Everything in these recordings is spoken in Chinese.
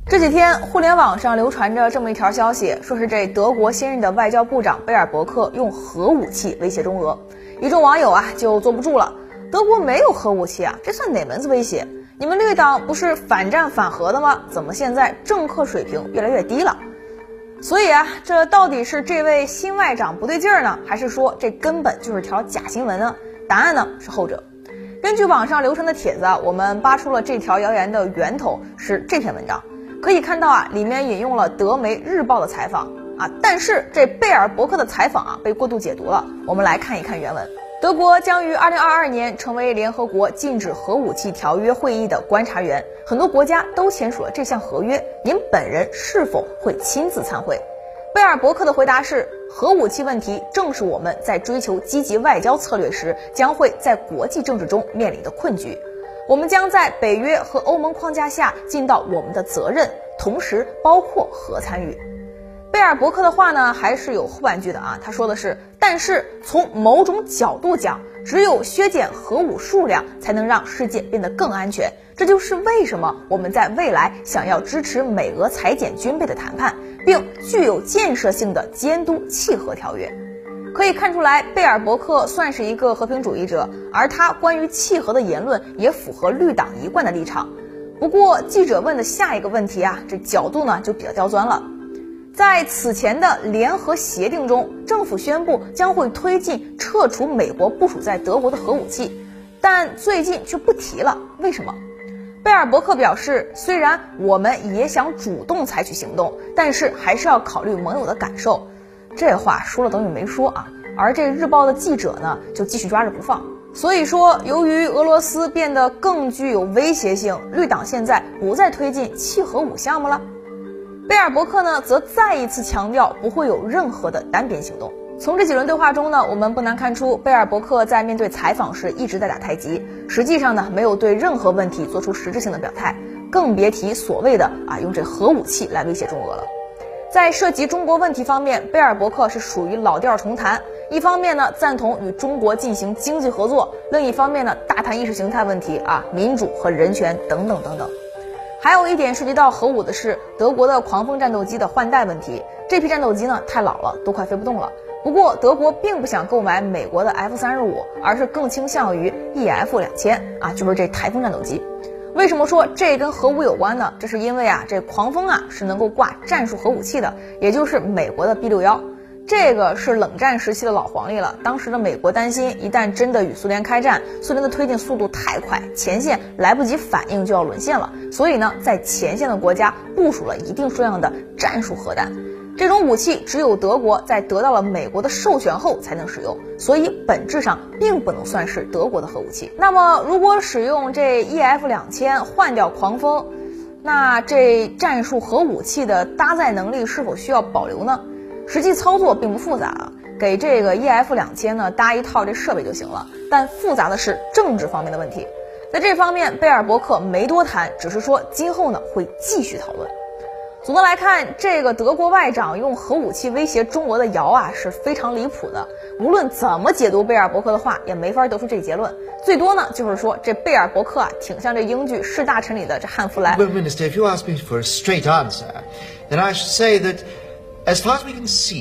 这几天互联网上流传着这么一条消息，说是这德国新任的外交部长贝尔伯克用核武器威胁中俄。一众网友就坐不住了，德国没有核武器这算哪门子威胁？你们绿党不是反战反核的吗？怎么现在政客水平越来越低了？所以这到底是这位新外长不对劲儿呢，还是说这根本就是条假新闻呢？答案呢是后者。根据网上流传的帖子我们扒出了这条谣言的源头是这篇文章。可以看到里面引用了德媒日报的采访但是这贝尔伯克的采访被过度解读了。我们来看一看原文。德国将于2022年成为联合国禁止核武器条约会议的观察员，很多国家都签署了这项合约，您本人是否会亲自参会？贝尔伯克的回答是，核武器问题正是我们在追求积极外交策略时将会在国际政治中面临的困局。我们将在北约和欧盟框架下尽到我们的责任，同时包括核参与。贝尔伯克的话呢还是有后半句的他说的是，但是从某种角度讲，只有削减核武数量才能让世界变得更安全。这就是为什么我们在未来想要支持美俄裁减军备的谈判，并具有建设性的监督契合条约。可以看出来，贝尔伯克算是一个和平主义者，而他关于契合的言论也符合绿党一贯的立场。不过记者问的下一个问题这角度呢就比较刁钻了。在此前的联合协定中，政府宣布将会推进撤除美国部署在德国的核武器，但最近却不提了，为什么？贝尔伯克表示，虽然我们也想主动采取行动，但是还是要考虑盟友的感受。这话说了等于没说而这日报的记者呢就继续抓着不放。所以说，由于俄罗斯变得更具有威胁性，绿党现在不再推进契核武项目了。贝尔伯克呢则再一次强调不会有任何的单边行动。从这几轮对话中呢，我们不难看出贝尔伯克在面对采访时一直在打太极，实际上呢没有对任何问题做出实质性的表态，更别提所谓的用这核武器来威胁中俄了。在涉及中国问题方面，贝尔伯克是属于老调重弹，一方面呢赞同与中国进行经济合作，另一方面呢大谈意识形态问题民主和人权等等等等。还有一点涉及到核武的是德国的狂风战斗机的换代问题，这批战斗机呢太老了，都快飞不动了。不过德国并不想购买美国的 F-35，而是更倾向于 EF-2000就是这台风战斗机。为什么说这跟核武有关呢？这是因为这狂风是能够挂战术核武器的，也就是美国的 B61。这个是冷战时期的老黄历了，当时的美国担心一旦真的与苏联开战，苏联的推进速度太快，前线来不及反应就要沦陷了，所以呢在前线的国家部署了一定数量的战术核弹。这种武器只有德国在得到了美国的授权后才能使用，所以本质上并不能算是德国的核武器。那么如果使用这 EF-2000换掉狂风，那这战术核武器的搭载能力是否需要保留呢？实际操作并不复杂给这个 EF-2000呢搭一套这设备就行了，但复杂的是政治方面的问题。在这方面贝尔伯克没多谈，只是说今后呢会继续讨论。总的来看，这个德国外长用核武器威胁中俄的谣是非常离谱的。无论怎么解读贝尔伯克的话，也没法得出这个结论。最多呢，就是说这贝尔伯克挺像这英剧《是大臣》里的这汉弗莱。 Well, Minister, if you ask me for a straight answer, then I should say that, as far as we can see,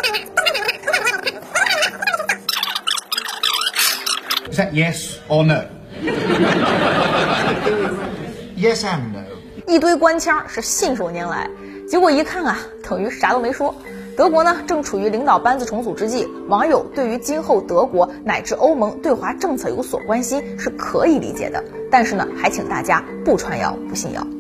is that yes or no? yes and no. 一堆官腔是信手拈来，结果一看等于啥都没说。德国呢正处于领导班子重组之际，网友对于今后德国乃至欧盟对华政策有所关心是可以理解的，但是呢还请大家不传谣不信谣。